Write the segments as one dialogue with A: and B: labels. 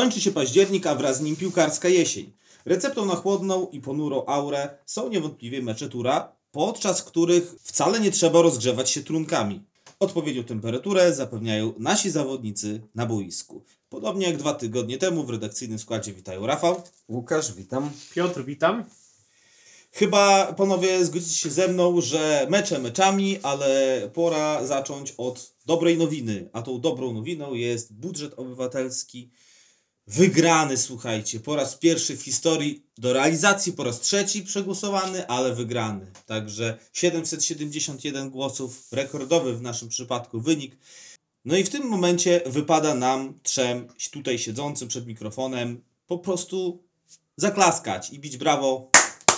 A: Kończy się październik, a wraz z nim piłkarska jesień. Receptą na chłodną i ponurą aurę są niewątpliwie mecze Tura, podczas których wcale nie trzeba rozgrzewać się trunkami. Odpowiednią temperaturę zapewniają nasi zawodnicy na boisku. Podobnie jak 2 tygodnie temu w redakcyjnym składzie witają Rafał.
B: Łukasz, witam.
C: Piotr, witam.
A: Chyba panowie zgodzicie się ze mną, że mecze meczami, ale pora zacząć od dobrej nowiny. A tą dobrą nowiną jest budżet obywatelski wygrany, słuchajcie. Po raz pierwszy w historii do realizacji, po raz trzeci przegłosowany, ale wygrany. Także 771 głosów, rekordowy w naszym przypadku wynik. No i w tym momencie wypada nam trzem tutaj siedzącym przed mikrofonem po prostu zaklaskać i bić brawo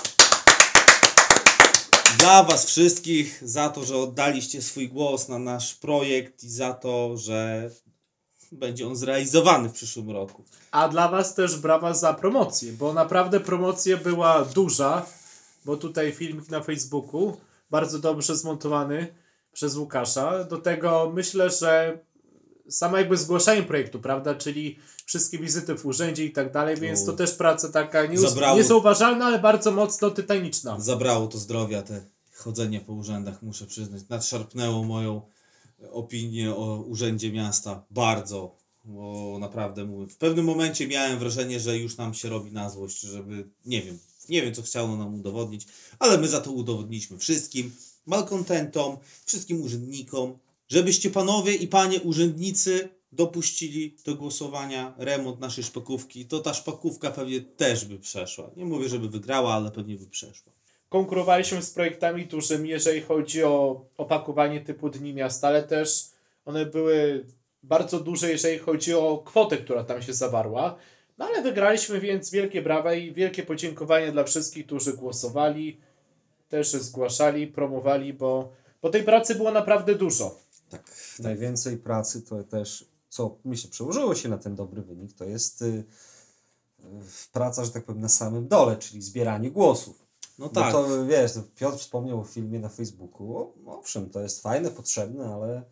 A: dla was wszystkich, za to, że oddaliście swój głos na nasz projekt i za to, że będzie on zrealizowany w przyszłym roku.
C: A dla was też brawa za promocję, bo naprawdę promocja była duża, bo tutaj filmik na Facebooku, bardzo dobrze zmontowany przez Łukasza. Do tego myślę, że samo jakby zgłaszanie projektu, prawda, czyli wszystkie wizyty w urzędzie i tak dalej, więc to też praca taka niezauważalna, ale bardzo mocno tytaniczna.
A: Zabrało to zdrowia, te chodzenie po urzędach, muszę przyznać. Nadszarpnęło moją opinię o urzędzie miasta bardzo, bo naprawdę mówię. W pewnym momencie miałem wrażenie, że już nam się robi na złość, żeby, nie wiem co chciano nam udowodnić, ale my za to udowodniliśmy wszystkim malkontentom, wszystkim urzędnikom, żebyście panowie i panie urzędnicy dopuścili do głosowania remont naszej szpakówki, to ta szpakówka pewnie też by przeszła. Nie mówię, żeby wygrała, ale pewnie by przeszła.
C: Konkurowaliśmy z projektami dużymi, jeżeli chodzi o opakowanie typu Dni Miasta, ale też one były bardzo duże, jeżeli chodzi o kwotę, która tam się zawarła. No ale wygraliśmy, więc wielkie brawa i wielkie podziękowania dla wszystkich, którzy głosowali, też zgłaszali, promowali, bo tej pracy było naprawdę dużo.
A: Tak.
B: Najwięcej pracy to też, co myślę przełożyło się na ten dobry wynik, to jest praca, że tak powiem, na samym dole, czyli zbieranie głosów.
A: No tak.
B: Bo to wiesz, Piotr wspomniał o filmie na Facebooku. Owszem, to jest fajne, potrzebne, ale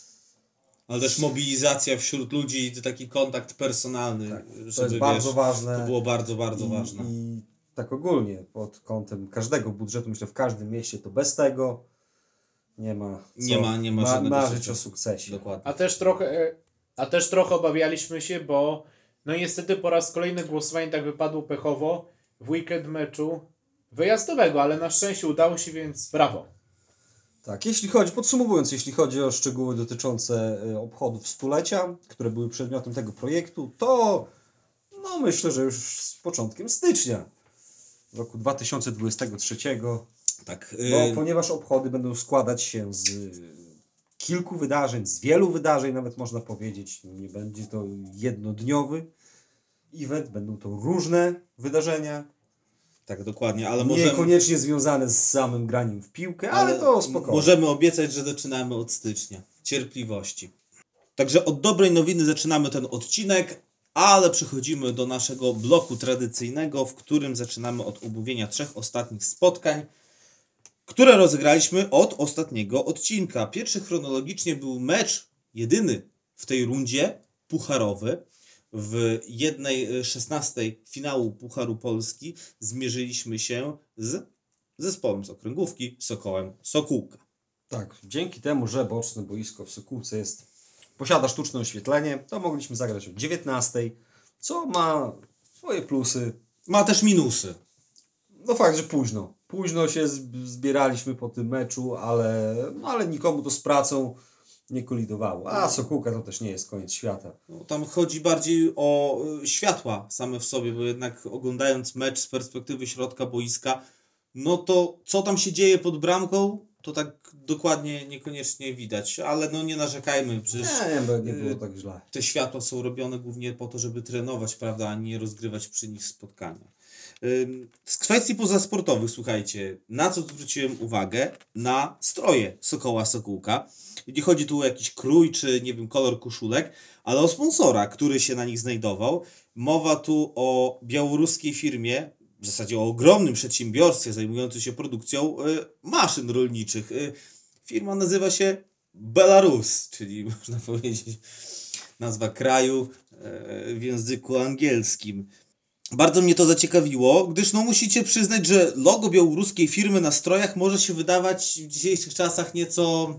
A: też mobilizacja wśród ludzi, taki kontakt personalny.
B: Tak, to
A: żeby,
B: jest bardzo ważne.
A: To było bardzo, bardzo ważne.
B: I tak ogólnie pod kątem każdego budżetu, myślę w każdym mieście, to bez tego nie ma
A: żadnego
B: marzyć o sukcesie.
A: Dokładnie.
C: A też trochę obawialiśmy się, bo no niestety po raz kolejny głosowanie tak wypadło pechowo w weekend meczu wyjazdowego, ale na szczęście udało się, więc brawo.
B: Tak, podsumowując, jeśli chodzi o szczegóły dotyczące obchodów stulecia, które były przedmiotem tego projektu, to myślę, że już z początkiem stycznia roku 2023.
A: Tak.
B: Bo ponieważ obchody będą składać się z kilku wydarzeń, z wielu wydarzeń nawet można powiedzieć, nie będzie to jednodniowy event, będą to różne wydarzenia.
A: Tak, dokładnie, ale
B: niekoniecznie związane z samym graniem w piłkę, ale to spokojnie.
A: Możemy obiecać, że zaczynamy od stycznia. Cierpliwości. Także od dobrej nowiny zaczynamy ten odcinek, ale przechodzimy do naszego bloku tradycyjnego, w którym zaczynamy od omówienia 3 ostatnich spotkań, które rozegraliśmy od ostatniego odcinka. Pierwszy chronologicznie był mecz jedyny w tej rundzie pucharowy. W 1/16 finału Pucharu Polski zmierzyliśmy się z zespołem z okręgówki Sokołem Sokółka.
B: Tak, dzięki temu, że boczne boisko w Sokółce posiada sztuczne oświetlenie, to mogliśmy zagrać o 19, co ma swoje plusy.
A: Ma też minusy.
B: No fakt, że późno się zbieraliśmy po tym meczu, ale nikomu to z pracą nie kolidowało. A Sokółka to też nie jest koniec świata.
A: No, tam chodzi bardziej o światła same w sobie, bo jednak oglądając mecz z perspektywy środka boiska, no to co tam się dzieje pod bramką, to tak dokładnie niekoniecznie widać, ale nie narzekajmy, przecież
B: nie było tak źle.
A: Te światła są robione głównie po to, żeby trenować, prawda, a nie rozgrywać przy nich spotkania. Z kwestii pozasportowych, słuchajcie, na co zwróciłem uwagę? Na stroje Sokoła Sokółka. Nie chodzi tu o jakiś krój czy, kolor koszulek, ale o sponsora, który się na nich znajdował. Mowa tu o białoruskiej firmie, w zasadzie o ogromnym przedsiębiorstwie zajmującym się produkcją maszyn rolniczych. Firma nazywa się Belarus, czyli można powiedzieć nazwa kraju, w języku angielskim. Bardzo mnie to zaciekawiło, gdyż no musicie przyznać, że logo białoruskiej firmy na strojach może się wydawać w dzisiejszych czasach nieco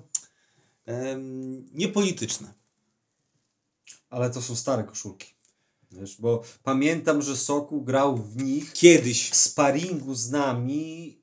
A: niepolityczne.
B: Ale to są stare koszulki. Wiesz, bo pamiętam, że Sokół grał w nich
A: Kiedyś.
B: w sparingu z nami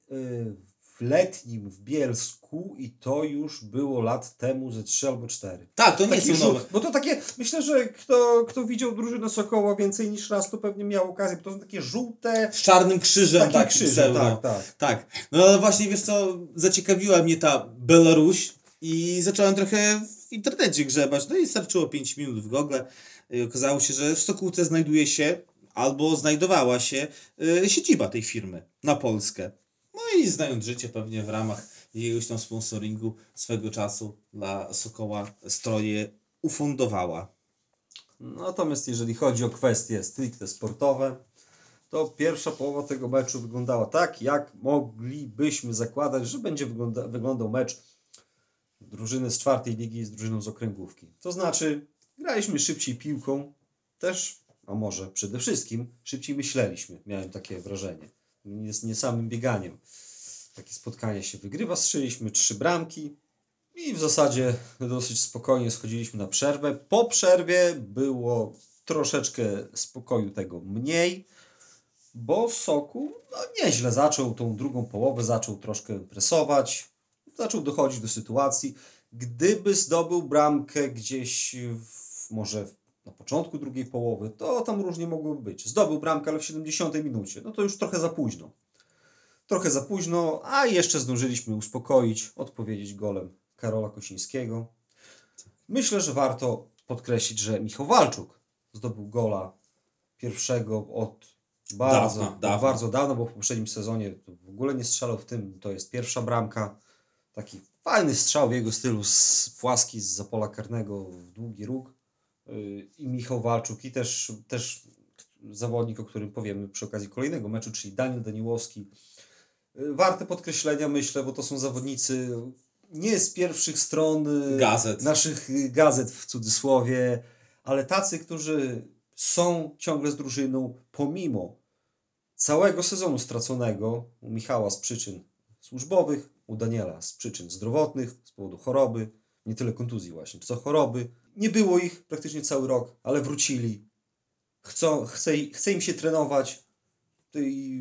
B: w letnim w Bielsku i to już było lat temu ze 3 albo 4.
A: Tak, to nie
B: Taki
A: są nowe.
B: Bo to takie, myślę, że kto widział drużynę Sokoła więcej niż raz, to pewnie miał okazję, bo to są takie żółte...
A: Z czarnym krzyżem,
B: takim
A: tak,
B: krzyżem,
A: pseudo.
B: tak.
A: No ale właśnie, wiesz co, zaciekawiła mnie ta Belaruś i zacząłem trochę w internecie grzebać, no i starczyło 5 minut w Google. I okazało się, że w Sokółce znajduje się, albo znajdowała się siedziba tej firmy na Polskę. No i znając życie pewnie w ramach jakiegoś tam sponsoringu swego czasu dla Sokoła stroje ufundowała.
B: Natomiast jeżeli chodzi o kwestie stricte sportowe, to pierwsza połowa tego meczu wyglądała tak, jak moglibyśmy zakładać, że będzie wyglądał mecz drużyny z 4. ligi z drużyną z okręgówki. To znaczy, graliśmy szybciej piłką, też, a może przede wszystkim, szybciej myśleliśmy. Miałem takie wrażenie. Nie samym bieganiem. Takie spotkanie się wygrywa. Strzeliśmy 3 bramki i w zasadzie dosyć spokojnie schodziliśmy na przerwę. Po przerwie było troszeczkę spokoju tego mniej, bo Sokół nieźle zaczął tą drugą połowę, zaczął troszkę presować, zaczął dochodzić do sytuacji. Gdyby zdobył bramkę gdzieś może na początku drugiej połowy, to tam różnie mogłoby być. Zdobył bramkę, ale w 70 minucie. No to już trochę za późno. Trochę za późno, a jeszcze zdążyliśmy uspokoić, odpowiedzieć golem Karola Kosińskiego. Myślę, że warto podkreślić, że Michał Walczuk zdobył gola pierwszego od bardzo dawno, bo w poprzednim sezonie to w ogóle nie strzelał, w tym to jest pierwsza bramka. Taki fajny strzał w jego stylu z płaski z pola karnego w długi róg. I Michał Walczuk i też zawodnik, o którym powiemy przy okazji kolejnego meczu, czyli Daniel Daniłowski. Warte podkreślenia, myślę, bo to są zawodnicy nie z pierwszych stron naszych gazet w cudzysłowie, ale tacy, którzy są ciągle z drużyną pomimo całego sezonu straconego u Michała z przyczyn służbowych, u Daniela z przyczyn zdrowotnych, z powodu choroby, nie tyle kontuzji właśnie, co choroby. Nie było ich praktycznie cały rok, ale wrócili. Chce im się trenować i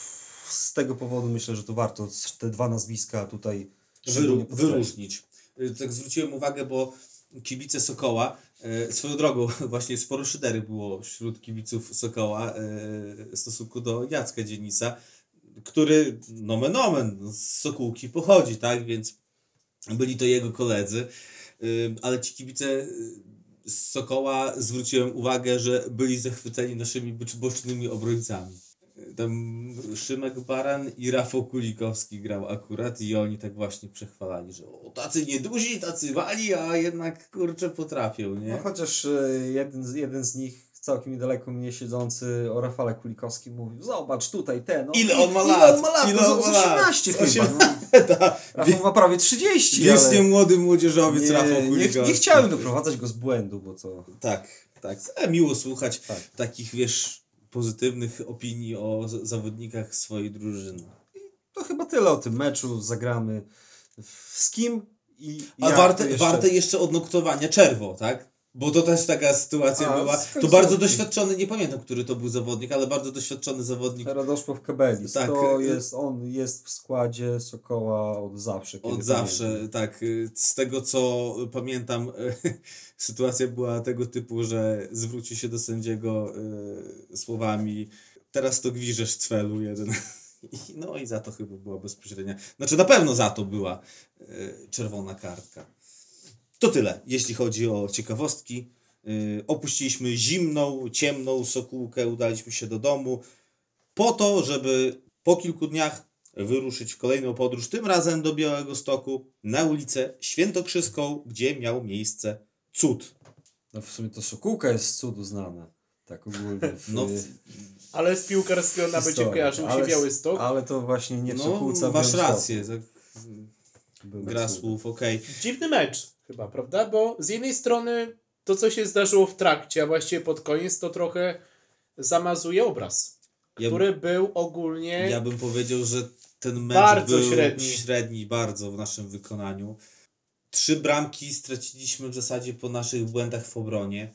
B: z tego powodu myślę, że to warto te 2 nazwiska tutaj
A: wyróżnić. Tak zwróciłem uwagę, bo kibice Sokoła, swoją drogą właśnie sporo szydery było wśród kibiców Sokoła w stosunku do Jacka Dzienisa, który nomen omen z Sokółki pochodzi, tak, więc byli to jego koledzy, ale ci kibice z Sokoła zwróciłem uwagę, że byli zachwyceni naszymi bocznymi obrońcami. Tam Szymek Baran i Rafał Kulikowski grał akurat i oni tak właśnie przechwalali, że tacy nieduzi, tacy wali, a jednak kurczę potrafią, nie?
B: No chociaż jeden z nich całkiem niedaleko mnie siedzący o Rafale Kulikowskim mówił, zobacz tutaj ten.
A: Ile on ma lat?
B: Ile on ma lat? 18 chyba. Rafał ma prawie 30.
A: Wiecznie młody młodzieżowiec Rafał Kulikowski.
B: Nie chciałem doprowadzać go z błędu, bo to...
A: Tak. Miło słuchać takich, wiesz, pozytywnych opinii o zawodnikach swojej drużyny.
B: To chyba tyle o tym meczu. Zagramy z kim
A: a warte jeszcze odnotowania Czerwo, tak? Bo to też taka sytuacja była. To bardzo doświadczony, nie pamiętam, który to był zawodnik, ale bardzo doświadczony zawodnik.
B: Radosław Kabelis.
A: Tak.
B: On jest w składzie Sokoła od zawsze.
A: Od zawsze, tak. Z tego co pamiętam, sytuacja była tego typu, że zwrócił się do sędziego słowami: teraz to gwiżesz cwelu jeden. No i za to chyba była bezpośrednia. Znaczy na pewno za to była czerwona kartka. To tyle, jeśli chodzi o ciekawostki. Opuściliśmy zimną, ciemną Sokółkę, udaliśmy się do domu po to, żeby po kilku dniach wyruszyć w kolejną podróż, tym razem do Białegostoku, na ulicę Świętokrzyską, gdzie miał miejsce cud.
B: No w sumie to Sokółka jest z cudu znana. Tak ogólnie.
C: Ale z piłkarskiego na będzie kojarzył się Białystok.
B: Ale to właśnie nie w Sokółce.
A: Masz rację. Tak. Gra słów, okej.
C: Dziwny mecz chyba, prawda? Bo z jednej strony to, co się zdarzyło w trakcie, a właściwie pod koniec, to trochę zamazuje obraz, który był ogólnie
A: Ja bym powiedział, że ten mecz
C: bardzo
A: był
C: średni
A: bardzo w naszym wykonaniu. 3 bramki straciliśmy w zasadzie po naszych błędach w obronie.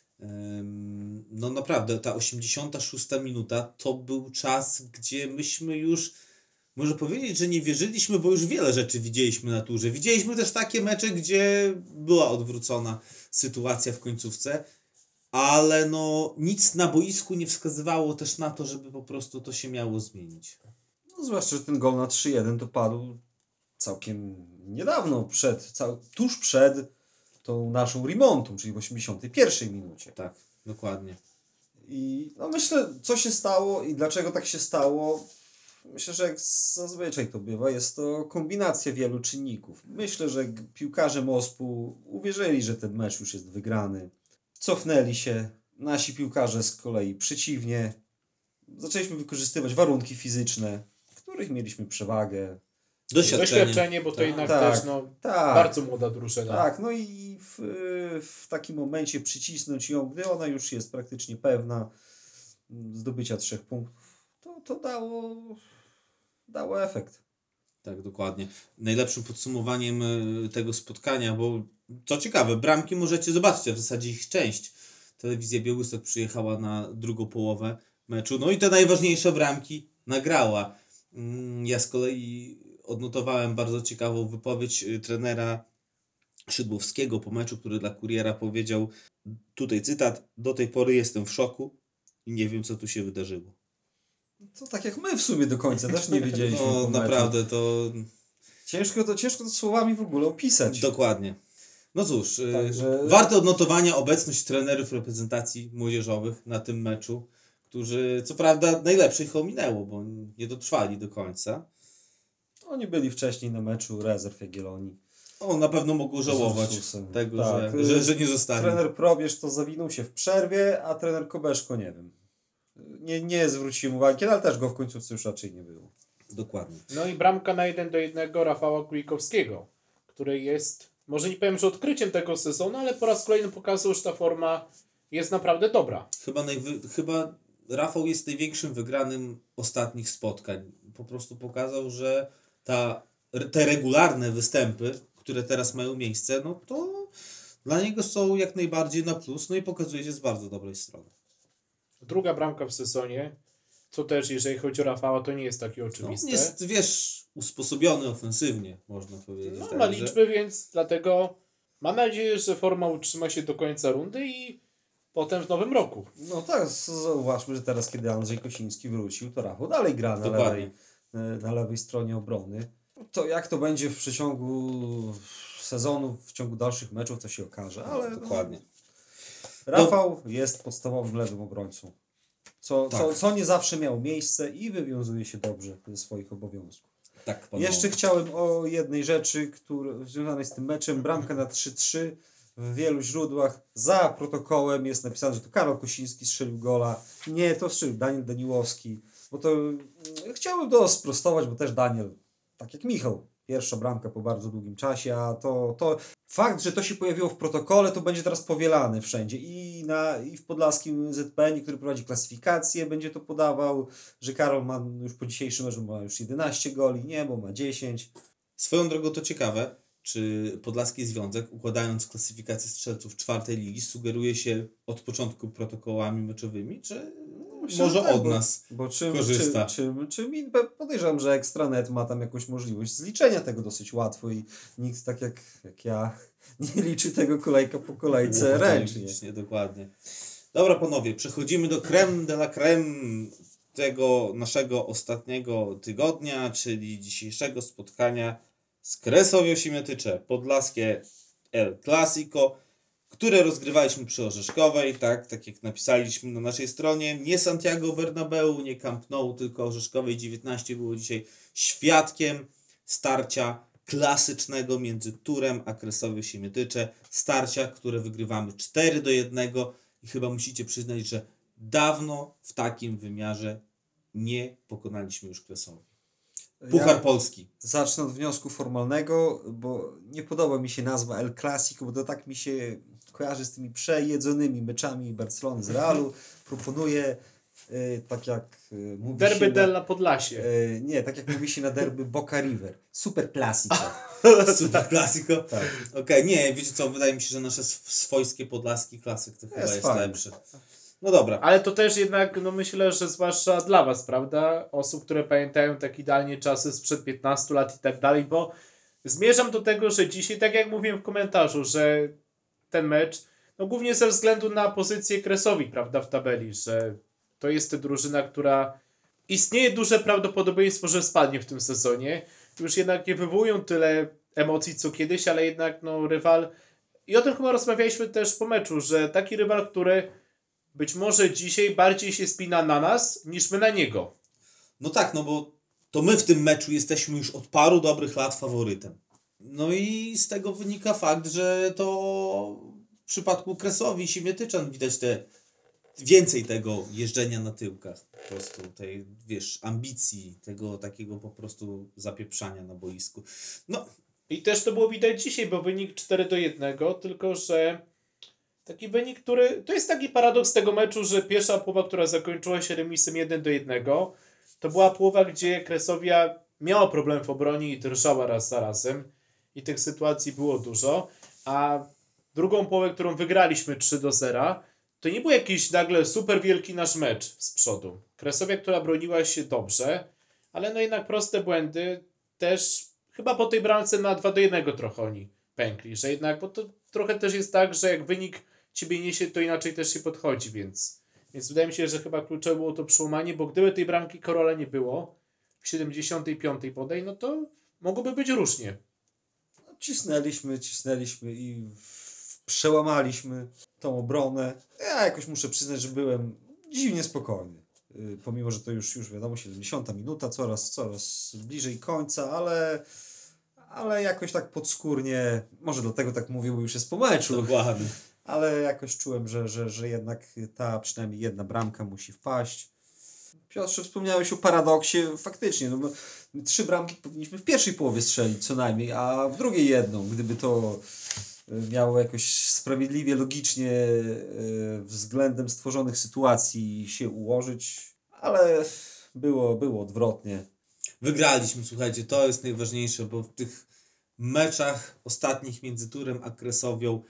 A: No naprawdę, ta 86 minuta to był czas, gdzie myśmy już, może powiedzieć, że nie wierzyliśmy, bo już wiele rzeczy widzieliśmy na turze. Widzieliśmy też takie mecze, gdzie była odwrócona sytuacja w końcówce, ale no nic na boisku nie wskazywało też na to, żeby po prostu to się miało zmienić.
B: No, zwłaszcza, że ten gol na 3-1 to padł całkiem niedawno, tuż przed tą naszą remontą, czyli w 81 minucie.
A: Tak, dokładnie.
B: I no myślę, co się stało i dlaczego tak się stało. Myślę, że jak zazwyczaj to bywa, jest to kombinacja wielu czynników. Myślę, że piłkarze MOSP-u uwierzyli, że ten mecz już jest wygrany. Cofnęli się. Nasi piłkarze z kolei przeciwnie. Zaczęliśmy wykorzystywać warunki fizyczne, w których mieliśmy przewagę.
C: doświadczenie, bo to
B: Tak,
C: jednak
B: tak,
C: też
B: tak.
C: bardzo młoda drużyna.
B: Tak, no i w takim momencie przycisnąć ją, gdy ona już jest praktycznie pewna zdobycia 3 punktów, to dało efekt.
A: Tak, dokładnie. Najlepszym podsumowaniem tego spotkania, bo co ciekawe, bramki możecie zobaczyć, a w zasadzie ich część. Telewizja Białystok przyjechała na drugą połowę meczu, no i te najważniejsze bramki nagrała. Ja z kolei odnotowałem bardzo ciekawą wypowiedź trenera Szydłowskiego po meczu, który dla Kuriera powiedział, tutaj cytat: do tej pory jestem w szoku i nie wiem, co tu się wydarzyło.
B: To tak jak my w sumie do końca też nie wiedzieliśmy.
A: No
B: po meczu.
A: naprawdę to...
B: Ciężko to słowami w ogóle opisać.
A: Dokładnie. No cóż,
B: Także-
A: warte odnotowania obecność trenerów reprezentacji młodzieżowych na tym meczu, którzy co prawda najlepszych ominęło, bo nie dotrwali do końca.
B: Oni byli wcześniej na meczu rezerw Jagiellonii.
A: O, na pewno mogą żałować
B: Z Ursusem.
A: tego,
B: Tak.
A: że nie zostali.
B: Trener Probierz to zawinął się w przerwie, a trener Kobeszko nie wiem. Nie zwróciłem uwagi, kiedy, ale też go w końcówce już raczej nie było.
A: Dokładnie.
C: No i bramka na 1-1 Rafała Kulikowskiego, który jest, może nie powiem, że odkryciem tego sezonu, ale po raz kolejny pokazał, że ta forma jest naprawdę dobra.
A: Chyba Rafał jest największym wygranym ostatnich spotkań. Po prostu pokazał, że te regularne występy, które teraz mają miejsce, no to dla niego są jak najbardziej na plus, no i pokazuje się z bardzo dobrej strony.
C: Druga bramka w sezonie, co też jeżeli chodzi o Rafała, to nie jest takie
A: No,
C: oczywiste.
A: jest, usposobiony ofensywnie, można powiedzieć.
C: No,
A: tak,
C: ma
A: że-
C: liczby, więc dlatego mam nadzieję, że forma utrzyma się do końca rundy i potem w nowym roku.
B: No tak, zauważmy, że teraz kiedy Andrzej Kosiński wrócił, to Rafał dalej gra
A: Dokładnie.
B: na lewej stronie obrony. To jak to będzie w przeciągu sezonu, w ciągu dalszych meczów, to się okaże, ale
A: Dokładnie.
B: Rafał jest podstawowym lewym obrońcą.
A: Tak.
B: Co nie zawsze miało miejsce i wywiązuje się dobrze ze swoich obowiązków.
A: Tak, panowie.
B: Jeszcze chciałem o jednej rzeczy, związanej z tym meczem. Bramka na 3-3. W wielu źródłach za protokołem jest napisane, że to Karol Kosiński strzelił gola. Nie, to strzelił Daniel Daniłowski. Bo to chciałbym to sprostować, bo też Daniel, tak jak Michał, pierwsza bramka po bardzo długim czasie, a to fakt, że to się pojawiło w protokole, to będzie teraz powielane wszędzie. I w podlaskim ZPN, który prowadzi klasyfikację, będzie to podawał, że Karol ma już po dzisiejszym meczu ma już 11 goli, nie, bo ma 10.
A: Swoją drogą to ciekawe, czy Podlaski Związek, układając klasyfikację strzelców 4. ligi, sugeruje się od początku protokołami meczowymi, czy
B: Myślę,
A: może
B: że tak,
A: od nas
B: Bo
A: korzysta?
B: podejrzewam, że Extranet ma tam jakąś możliwość zliczenia tego dosyć łatwo i nikt tak jak ja nie liczy tego kolejka po kolejce ręcznie.
A: Nie, dokładnie. Dobra, panowie, przechodzimy do creme de la creme tego naszego ostatniego tygodnia, czyli dzisiejszego spotkania z Kresowią Siemiatycze, podlaskie El Clasico, które rozgrywaliśmy przy Orzeszkowej, tak jak napisaliśmy na naszej stronie. Nie Santiago Bernabeu, nie Camp Nou, tylko Orzeszkowej 19 było dzisiaj świadkiem starcia klasycznego między Turem a Kresowią Siemiatycze. Starcia, które wygrywamy 4-1 i chyba musicie przyznać, że dawno w takim wymiarze nie pokonaliśmy już Kresowi. Puchar Polski.
B: Zacznę od wniosku formalnego, bo nie podoba mi się nazwa El Clasico, bo to tak mi się kojarzy z tymi przejedzonymi meczami Barcelony z Realu. Proponuję, tak jak mówi
C: Derby
B: się
C: della Podlasie.
B: nie, tak jak mówi się na derby Boca River. Super Classico.
A: Super klasiko.
B: Tak.
A: Okej, nie, wiecie co, wydaje mi się, że nasze swojskie podlaski klasyk to chyba jest
B: fajne.
A: lepszy. No dobra.
C: Ale to też jednak, no myślę, że zwłaszcza dla was, prawda? Osób, które pamiętają tak idealnie czasy sprzed 15 lat i tak dalej, bo zmierzam do tego, że dzisiaj, tak jak mówiłem w komentarzu, że ten mecz, no głównie ze względu na pozycję Kresowi, prawda, w tabeli, że to jest ta drużyna, która istnieje duże prawdopodobieństwo, że spadnie w tym sezonie. Już jednak nie wywołują tyle emocji co kiedyś, ale jednak no rywal, i o tym chyba rozmawialiśmy też po meczu, że taki rywal, który być może dzisiaj bardziej się spina na nas, niż my na niego.
A: No tak, no bo to my w tym meczu jesteśmy już od paru dobrych lat faworytem. No i z tego wynika fakt, że to w przypadku Kresowi i Siemiatyczan widać więcej tego jeżdżenia na tyłkach. Po prostu tej, wiesz, ambicji, tego takiego po prostu zapieprzania na boisku. No,
C: I też to było widać dzisiaj, bo wynik 4-1, tylko że taki wynik, który... To jest taki paradoks tego meczu, że pierwsza połowa, która zakończyła się remisem 1-1, to była połowa, gdzie Kresowia miała problem w obronie i drżała raz za razem. I tych sytuacji było dużo. A drugą połowę, którą wygraliśmy 3-0, to nie był jakiś nagle super wielki nasz mecz z przodu. Kresowia, która broniła się dobrze, ale no jednak proste błędy też chyba po tej bramce na 2-1 trochę oni pękli, że jednak, bo to trochę też jest tak, że jak wynik ciebie niesie, to inaczej też się podchodzi, więc wydaje mi się, że chyba kluczowe było to przełamanie, bo gdyby tej bramki Korola nie było w 75. podej, no to mogłoby być różnie.
B: No, cisnęliśmy i przełamaliśmy tą obronę. Ja jakoś muszę przyznać, że byłem dziwnie spokojny. Pomimo, że to już wiadomo, 70 minuta, coraz bliżej końca, ale jakoś tak podskórnie, może dlatego tak mówię, bo już jest po meczu,
A: dokładnie.
B: ale jakoś czułem, że jednak ta przynajmniej jedna bramka musi wpaść. Piotrze, wspomniałeś o paradoksie. Faktycznie, no bo 3 bramki powinniśmy w pierwszej połowie strzelić co najmniej, a w drugiej jedną. Gdyby to miało jakoś sprawiedliwie, logicznie względem stworzonych sytuacji się ułożyć, ale było odwrotnie.
A: Wygraliśmy, słuchajcie, to jest najważniejsze, bo w tych meczach ostatnich między Turem a Kresowią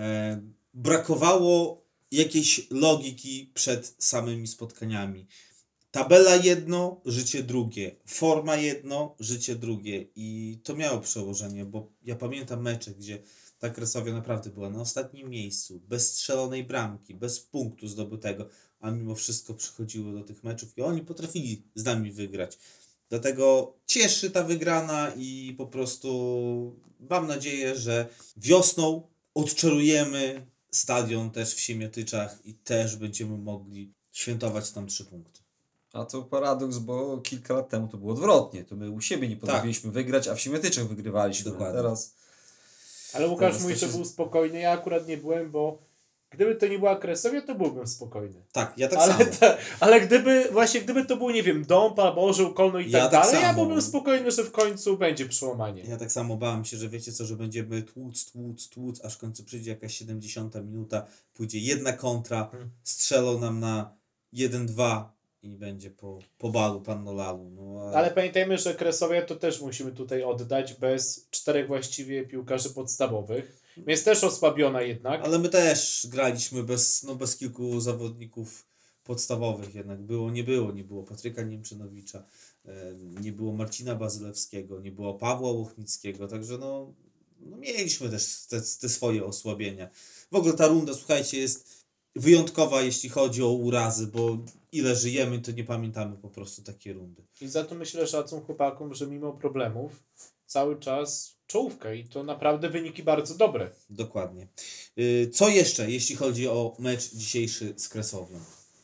A: brakowało jakiejś logiki przed samymi spotkaniami. Tabela jedno, życie drugie. Forma jedno, życie drugie. I to miało przełożenie, bo ja pamiętam mecze, gdzie ta Kresowia naprawdę była na ostatnim miejscu, bez strzelonej bramki, bez punktu zdobytego, a mimo wszystko przychodziło do tych meczów i oni potrafili z nami wygrać. Dlatego cieszy ta wygrana i po prostu mam nadzieję, że wiosną odczarujemy stadion też w Siemiatyczach i też będziemy mogli świętować tam 3 punkty.
B: A to paradoks, bo kilka lat temu to było odwrotnie. To my u siebie nie potrafiliśmy wygrać, a w Siemiatyczach wygrywaliśmy.
A: Dokładnie.
B: Teraz
C: Ale Łukasz
B: Teraz
C: mówi,
B: to
C: że
B: się-
C: był spokojny, ja akurat nie byłem, bo gdyby to nie była Kresowia, to byłbym spokojny.
A: Tak, ja tak
C: Ale,
A: samo.
C: ale gdyby to był, nie wiem, Dąb albo Orzeł Kolno i
A: Ja
C: tak
A: tak
C: dalej, ja
A: samo.
C: byłbym spokojny, że w końcu będzie przełamanie.
A: Ja tak samo bałem się, że wiecie co, że będziemy tłuc, aż w końcu przyjdzie jakaś 70 minuta, pójdzie jedna kontra, strzelą nam na 1-2 i będzie po balu Pannolalu. No,
C: Ale pamiętajmy, że Kresowia to też musimy tutaj oddać bez 4 właściwie piłkarzy podstawowych. Jest też osłabiona jednak.
A: ale my też graliśmy bez kilku zawodników podstawowych jednak. Nie było Patryka Niemczynowicza, nie było Marcina Bazylewskiego, nie było Pawła Łochnickiego, także no mieliśmy też te swoje osłabienia. W ogóle ta runda, słuchajcie, jest wyjątkowa, jeśli chodzi o urazy, bo ile żyjemy, to nie pamiętamy po prostu takiej rundy.
C: I za to myślę szacun chłopakom, że mimo problemów cały czas czołówka i to naprawdę wyniki bardzo dobre.
A: Dokładnie. Co jeszcze, jeśli chodzi o mecz dzisiejszy z Kresowią?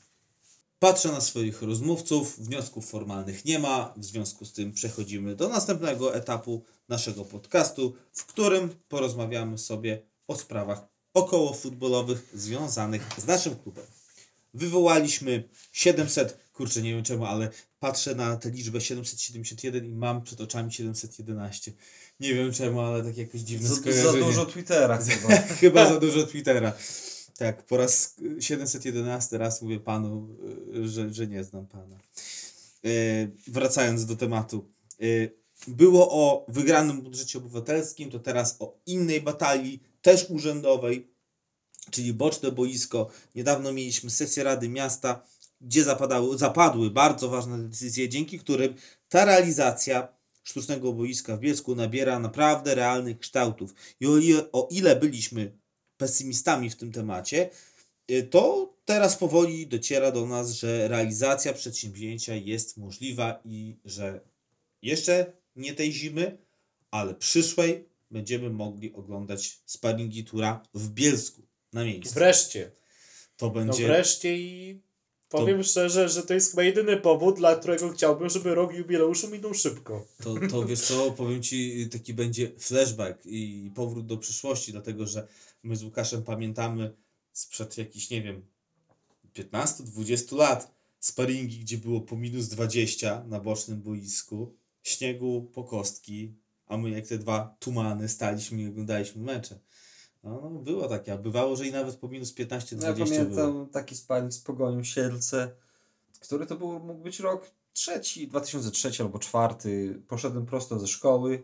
A: Patrzę na swoich rozmówców, wniosków formalnych nie ma, w związku z tym przechodzimy do następnego etapu naszego podcastu, w którym porozmawiamy sobie o sprawach okołofutbolowych związanych z naszym klubem. Wywołaliśmy 700, kurczę, nie wiem czemu, ale patrzę na tę liczbę 771 i mam przed oczami 711. Nie wiem czemu, ale tak jakoś dziwne
B: Za
A: skojarzenie.
B: dużo Twittera chyba.
A: Chyba za dużo Twittera. Tak, po raz 711 raz mówię panu, że nie znam pana. Wracając do tematu. Było o wygranym budżecie obywatelskim, to teraz o innej batalii, też urzędowej, czyli boczne boisko. Niedawno mieliśmy sesję Rady Miasta, gdzie zapadły bardzo ważne decyzje, dzięki którym ta realizacja sztucznego boiska w Bielsku nabiera naprawdę realnych kształtów. I o ile byliśmy pesymistami w tym temacie, to teraz powoli dociera do nas, że realizacja przedsięwzięcia jest możliwa i że jeszcze nie tej zimy, ale przyszłej będziemy mogli oglądać sparingi Tura w Bielsku na miejscu.
C: Wreszcie.
A: To będzie...
C: No wreszcie i powiem szczerze, że to jest chyba jedyny powód, dla którego chciałbym, żeby rok jubileuszu minął szybko.
A: To wiesz co, powiem Ci, taki będzie flashback i powrót do przyszłości, dlatego że my z Łukaszem pamiętamy sprzed jakichś, nie wiem, 15-20 lat sparingi, gdzie było po minus 20 na bocznym boisku, śniegu po kostki, a my jak te dwa tumany staliśmy i oglądaliśmy mecze. No, było takie, a bywało, że i nawet po minus 15-20
B: Ja pamiętam
A: było.
B: taki sparing z Pogonią Siedlce, który to mógł być rok 2003 albo 2004. Poszedłem prosto ze szkoły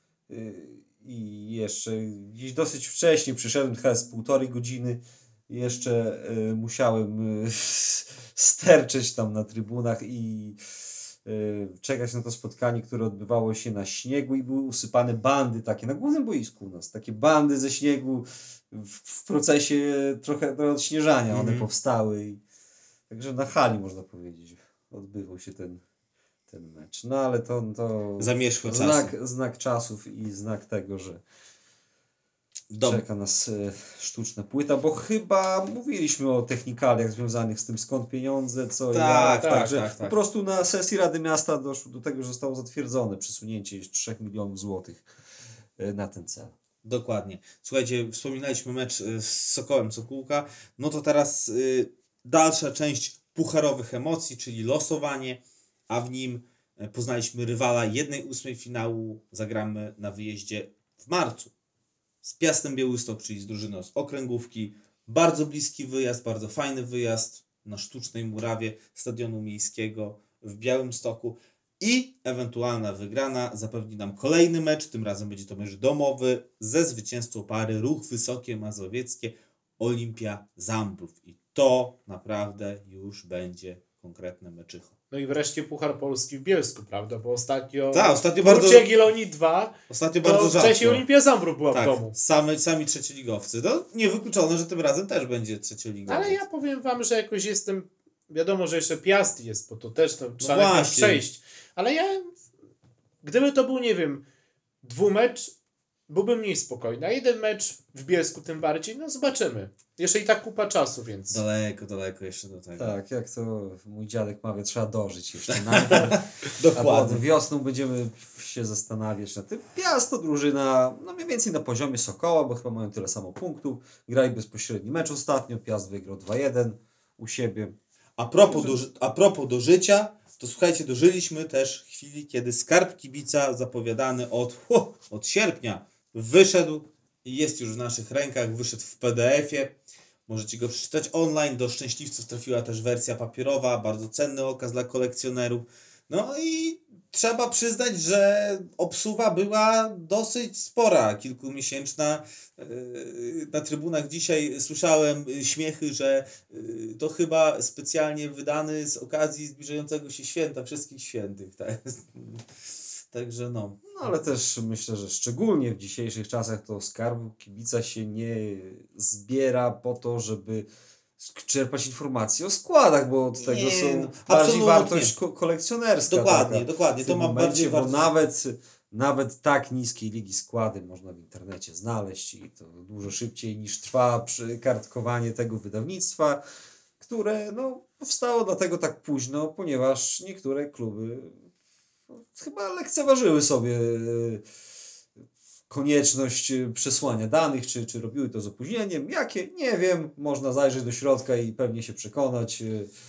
B: i jeszcze gdzieś dosyć wcześnie przyszedłem, chyba z 1,5 godziny. Jeszcze musiałem sterczeć tam na trybunach i czekać na to spotkanie, które odbywało się na śniegu i były usypane bandy takie na głównym boisku u nas. Takie bandy ze śniegu w procesie trochę odśnieżania one powstały. Także na hali można powiedzieć odbywał się ten mecz. No ale to
A: Zamierzchłe czasy.
B: znak czasów i znak tego, że
A: Dobra.
B: czeka nas sztuczna płyta, bo chyba mówiliśmy o technikaliach związanych z tym, skąd pieniądze, co
A: Tak,
B: jak.
A: tak,
B: Że
A: tak.
B: po prostu na sesji Rady Miasta doszło do tego, że zostało zatwierdzone przesunięcie 3 milionów złotych na ten cel.
A: Dokładnie. Słuchajcie, wspominaliśmy mecz z Sokołem Sokółka, no to teraz dalsza część pucharowych emocji, czyli losowanie, a w nim poznaliśmy rywala 1/8 finału, zagramy na wyjeździe w marcu z Piastem Białystok, czyli z drużyną z okręgówki. Bardzo bliski wyjazd, bardzo fajny wyjazd na sztucznej murawie Stadionu Miejskiego w Białymstoku i ewentualna wygrana zapewni nam kolejny mecz, tym razem będzie to mecz domowy ze zwycięzcą pary Ruch Wysokie Mazowieckie Olimpia Zambrów i to naprawdę już będzie konkretne meczycho.
C: No i wreszcie Puchar Polski w Bielsku, prawda? Bo ostatnio
A: bardzo
C: Jagiellonii 2,
A: Ostatnio
C: to
A: bardzo rzadko.
C: wcześniej Olimpia Zambrów była w
A: Tak,
C: domu.
A: sami trzecioligowcy. No, niewykluczone, że tym razem też będzie trzecioligowiec.
C: Ale ja powiem wam, że jakoś jestem, wiadomo, że jeszcze Piast jest, bo to też trzeba
A: właśnie.
C: jakoś przejść. Ale gdyby to był, nie wiem, dwumecz, byłbym mniej spokojny. A jeden mecz w Bielsku tym bardziej, no zobaczymy. Jeszcze i tak kupa czasu, więc...
A: Daleko jeszcze do tego.
B: Tak, jak to mój dziadek mawia, trzeba dożyć jeszcze najpierw. A
A: Dokładnie.
B: potem wiosną będziemy się zastanawiać nad tym. Piast to drużyna, no mniej więcej na poziomie Sokoła, bo chyba mają tyle samo punktów. Grali bezpośredni mecz ostatnio, Piast wygrał 2-1 u siebie.
A: A propos do życia, to słuchajcie, dożyliśmy też chwili, kiedy skarb kibica zapowiadany od sierpnia wyszedł i jest już w naszych rękach, wyszedł w PDF-ie. Możecie go przeczytać online. Do szczęśliwców trafiła też wersja papierowa, bardzo cenny okaz dla kolekcjonerów. No i trzeba przyznać, że obsuwa była dosyć spora, kilkumiesięczna. Na trybunach dzisiaj słyszałem śmiechy, że to chyba specjalnie wydany z okazji zbliżającego się święta, wszystkich świętych. Tak? Także no.
B: No ale też myślę, że szczególnie w dzisiejszych czasach to skarbu kibica się nie zbiera po to, żeby czerpać informacje o składach, bo od tego
A: Nie,
B: są
A: no,
B: bardziej
A: absolutnie.
B: wartość kolekcjonerska.
A: Dokładnie.
B: W
A: To
B: tym
A: ma
B: momencie,
A: bardziej
B: bo
A: wartość.
B: nawet tak niskiej ligi składy można w internecie znaleźć i to dużo szybciej niż trwa kartkowanie tego wydawnictwa, które no, powstało dlatego tak późno, ponieważ niektóre kluby chyba lekceważyły sobie konieczność przesłania danych, czy robiły to z opóźnieniem. Jakie? Nie wiem. Można zajrzeć do środka i pewnie się przekonać,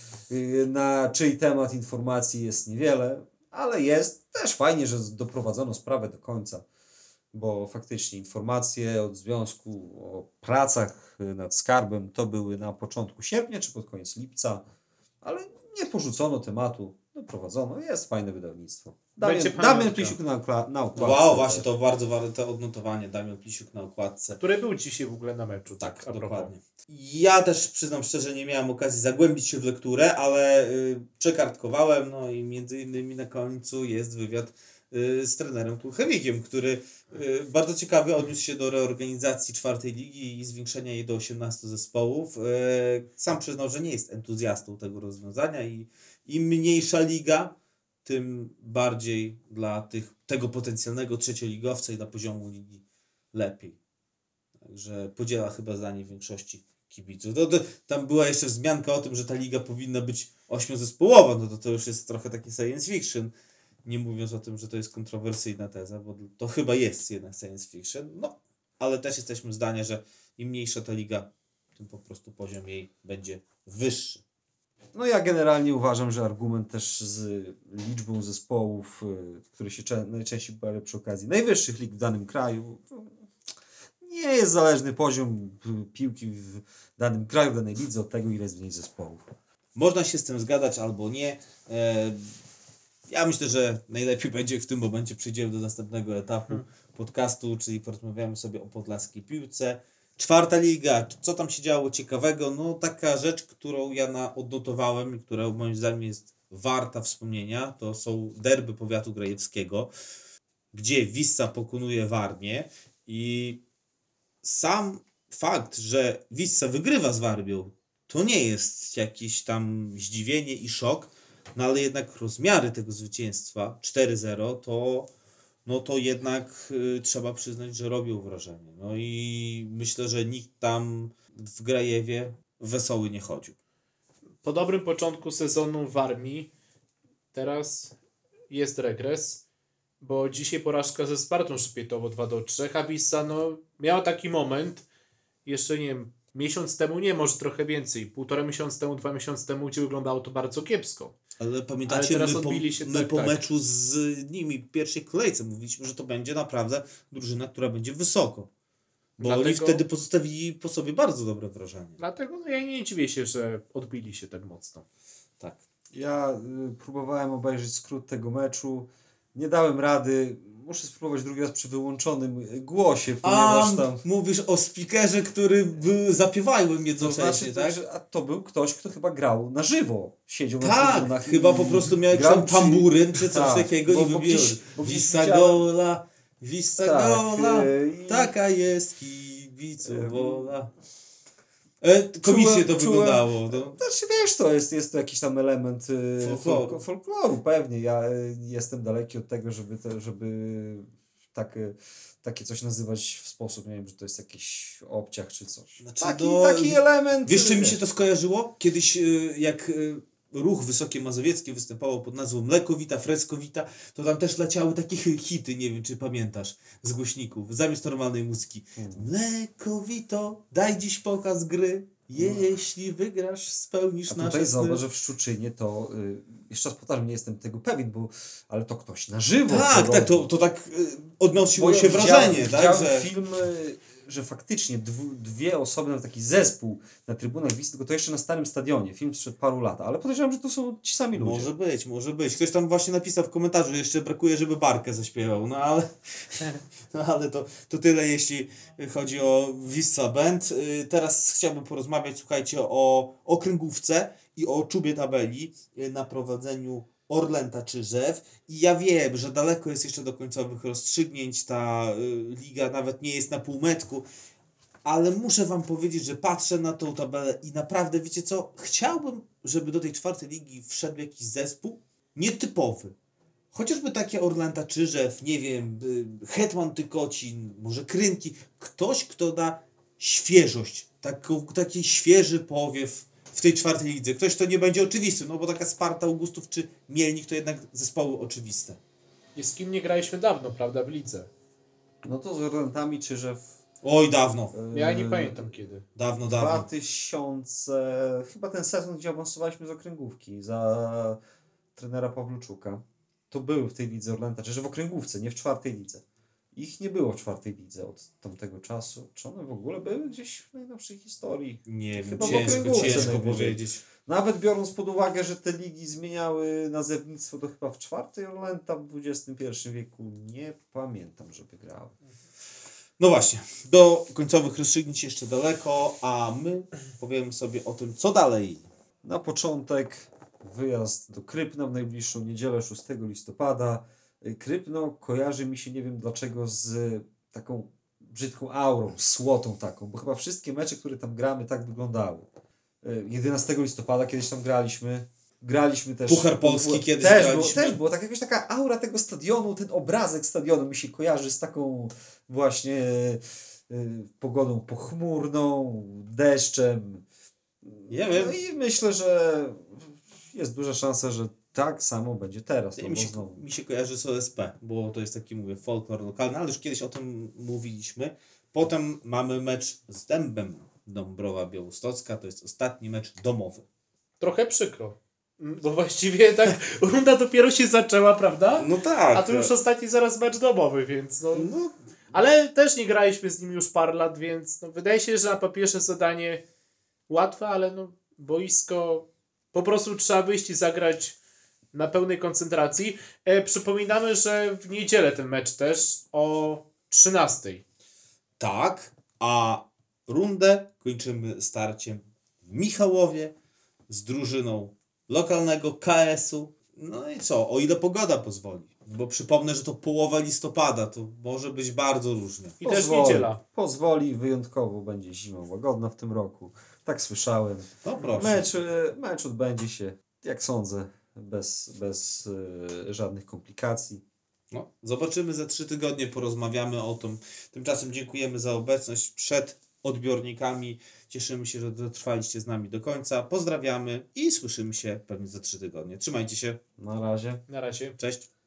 B: na czyj temat informacji jest niewiele, ale jest też fajnie, że doprowadzono sprawę do końca, bo faktycznie informacje od związku o pracach nad skarbem to były na początku sierpnia czy pod koniec lipca, ale nie porzucono tematu, doprowadzono. Jest fajne wydawnictwo.
C: Będzie
B: Damian
C: pamiątka.
B: Plisiuk na okładce.
A: Wow, właśnie to bardzo warte odnotowanie. Damian Plisiuk na okładce.
C: Który był dzisiaj w ogóle na meczu.
A: Tak,
C: a propos.
A: dokładnie. Ja też przyznam szczerze, nie miałem okazji zagłębić się w lekturę, ale przekartkowałem, no i między innymi na końcu jest wywiad z trenerem Kulchewikiem, który bardzo ciekawie odniósł się do reorganizacji czwartej ligi i zwiększenia jej do 18 zespołów. Sam przyznał, że nie jest entuzjastą tego rozwiązania i im mniejsza liga, tym bardziej dla tego potencjalnego trzecioligowca i dla poziomu ligi lepiej. Także podziela chyba zdanie większości kibiców. Tam była jeszcze wzmianka o tym, że ta liga powinna być 8-zespołowa, no to już jest trochę taki science fiction, nie mówiąc o tym, że to jest kontrowersyjna teza, bo to chyba jest jednak science fiction, no, ale też jesteśmy zdania, że im mniejsza ta liga, tym po prostu poziom jej będzie wyższy.
B: No ja generalnie uważam, że argument też z liczbą zespołów, który się najczęściej pojawia przy okazji najwyższych lig w danym kraju, nie jest zależny poziom piłki w danym kraju, w danej lidze od tego, ile jest w niej zespołów.
A: Można się z tym zgadzać albo nie. Ja myślę, że najlepiej będzie w tym momencie przejdziemy do następnego etapu podcastu, czyli porozmawiamy sobie o podlaskiej piłce. Czwarta liga, co tam się działo ciekawego? No taka rzecz, którą ja odnotowałem i która moim zdaniem jest warta wspomnienia, to są derby powiatu grajewskiego, gdzie Wissa pokonuje Warmię i sam fakt, że Wissa wygrywa z Warmią, to nie jest jakieś tam zdziwienie i szok, no ale jednak rozmiary tego zwycięstwa 4-0 to jednak trzeba przyznać, że robią wrażenie. No i myślę, że nikt tam w Grajewie wesoły nie chodził.
C: Po dobrym początku sezonu w Armii teraz jest regres, bo dzisiaj porażka ze Spartą Szczypietowo 2-3, a Wissa miała taki moment, jeszcze nie wiem, miesiąc temu, nie, może trochę więcej, 1,5 miesiąca temu, 2 miesiące temu, gdzie wyglądało to bardzo kiepsko.
A: Ale pamiętacie,
C: teraz odbili się,
A: my po
C: tak.
A: meczu z nimi w pierwszej kolejce mówiliśmy, że to będzie naprawdę drużyna, która będzie wysoko. Bo oni wtedy pozostawili po sobie bardzo dobre wrażenie.
C: Dlatego ja nie dziwię się, że odbili się tak mocno.
A: Tak.
B: Ja próbowałem obejrzeć skrót tego meczu, nie dałem rady. Muszę spróbować drugi raz przy wyłączonym głosie, ponieważ tam...
A: mówisz o speakerze, który zapiewałem jednocześnie, tak?
B: A to był ktoś, kto chyba grał na żywo. Siedział na
A: Tak,
B: trybunach
A: chyba
B: i
A: po prostu miał jakiś
B: grał
A: tam tamburyn czy coś takiego
B: bo
A: i wybił.
B: bo
A: Wissa
B: widziałem-
A: gola, Wissa
B: Tak,
A: gola,
B: i-
A: taka jest kibiców wola. Komicznie to wyglądało. No.
B: Znaczy wiesz, jest to jakiś tam element
A: Folkloru.
B: folkloru, pewnie. Ja jestem daleki od tego, żeby takie coś nazywać w sposób, nie wiem, że to jest jakiś obciach czy coś.
A: Znaczy,
B: Taki element.
A: Wiesz, czy mi się to skojarzyło? Kiedyś jak Ruch Wysokie Mazowieckie występował pod nazwą Mlekowita, Freskowita, to tam też leciały takie hity, nie wiem czy pamiętasz, z głośników, zamiast normalnej muzyki. Mlekowito, daj dziś pokaz gry, jeśli wygrasz, spełnisz
B: A
A: nasze
B: tutaj
A: sny.
B: zauważ, że w Szczuczynie to, jeszcze raz powtarzam, nie jestem tego pewien, ale to ktoś na żywo.
A: Tak, to tak odnosiło się wrażenie, tak,
B: widziałem
A: że...
B: film, że faktycznie dwie osoby, nawet taki zespół na trybunach Wisły, tylko to jeszcze na starym stadionie, film sprzed paru lat, ale podejrzewam, że to są ci sami ludzie.
A: Może być. Ktoś tam właśnie napisał w komentarzu, że jeszcze brakuje, żeby Barkę zaśpiewał, ale to tyle, jeśli chodzi o Wissa Band. Teraz chciałbym porozmawiać, słuchajcie, o okręgówce i o czubie tabeli na prowadzeniu Orlęta Czyżew. I ja wiem, że daleko jest jeszcze do końcowych rozstrzygnięć, ta liga nawet nie jest na półmetku, ale muszę wam powiedzieć, że patrzę na tą tabelę i naprawdę, wiecie co, chciałbym, żeby do tej czwartej ligi wszedł jakiś zespół nietypowy. Chociażby takie Orlęta Czyżew, nie wiem, Hetman Tykocin, może Krynki. Ktoś, kto da świeżość, taki świeży powiew w tej czwartej lidze. Ktoś, kto nie będzie oczywisty, no bo taka Sparta, Augustów czy Mielnik to jednak zespoły oczywiste.
C: I z kim nie graliśmy dawno, prawda, w lidze.
B: No to z Orlentami, czy że
A: Oj, dawno.
C: Ja nie pamiętam kiedy.
A: Dawno.
B: 2000, chyba ten sezon, gdzie awansowaliśmy z okręgówki za trenera Pawluczuka. To były w tej lidze Orlęta, czy że w okręgówce, nie w czwartej lidze. Ich nie było w czwartej lidze od tamtego czasu. Czy one w ogóle były gdzieś w najnowszej historii?
A: Nie wiem,
B: Chyba w
A: ciężko
B: okręgówce najwyżej.
A: powiedzieć.
B: Nawet biorąc pod uwagę, że te ligi zmieniały nazewnictwo do chyba w czwartej Orlęta w XXI wieku, nie pamiętam, żeby grały.
A: No właśnie, do końcowych rozstrzygnięć jeszcze daleko, a my powiemy sobie o tym, co dalej.
B: Na początek wyjazd do Krypna w najbliższą niedzielę 6 listopada. Krypno kojarzy mi się, nie wiem dlaczego, z taką brzydką aurą, słotą taką, bo chyba wszystkie mecze, które tam gramy, tak wyglądały. 11 listopada kiedyś tam graliśmy też.
A: Puchar Polski kiedyś
B: też
A: graliśmy.
B: Też było tak, jakaś taka aura tego stadionu, ten obrazek stadionu mi się kojarzy z taką właśnie pogodą pochmurną, deszczem.
A: Nie wiem.
B: No i myślę, że jest duża szansa, że tak samo będzie teraz. No
A: Mi
B: bo
A: się,
B: znowu.
A: mi się kojarzy z OSP, bo to jest taki, mówię, folklor lokalny, ale już kiedyś o tym mówiliśmy. Potem mamy mecz z Dębem Dąbrowa Białostocka, to jest ostatni mecz domowy.
C: Trochę przykro. Bo właściwie tak runda dopiero się zaczęła, prawda?
A: No tak.
C: A tu już ostatni zaraz mecz domowy, więc no...
A: No,
C: Ale też nie graliśmy z nim już parę lat, więc no, wydaje się, że na papierze zadanie łatwe, ale no, boisko po prostu trzeba wyjść i zagrać na pełnej koncentracji. Przypominamy, że w niedzielę ten mecz też o 13:00.
A: tak, a rundę kończymy starciem w Michałowie z drużyną lokalnego KS-u. No i co, o ile pogoda pozwoli. Bo przypomnę, że to połowa listopada, to może być bardzo różnie.
C: I też niedziela.
B: Pozwoli, wyjątkowo będzie zima łagodna w tym roku. Tak słyszałem.
A: No proszę.
B: Mecz odbędzie się, jak sądzę, bez żadnych komplikacji.
A: No, zobaczymy za 3 tygodnie, porozmawiamy o tym. Tymczasem dziękujemy za obecność przed odbiornikami. Cieszymy się, że dotrwaliście z nami do końca. Pozdrawiamy i słyszymy się pewnie za 3 tygodnie. Trzymajcie się.
B: Na razie.
C: Na razie.
A: Cześć.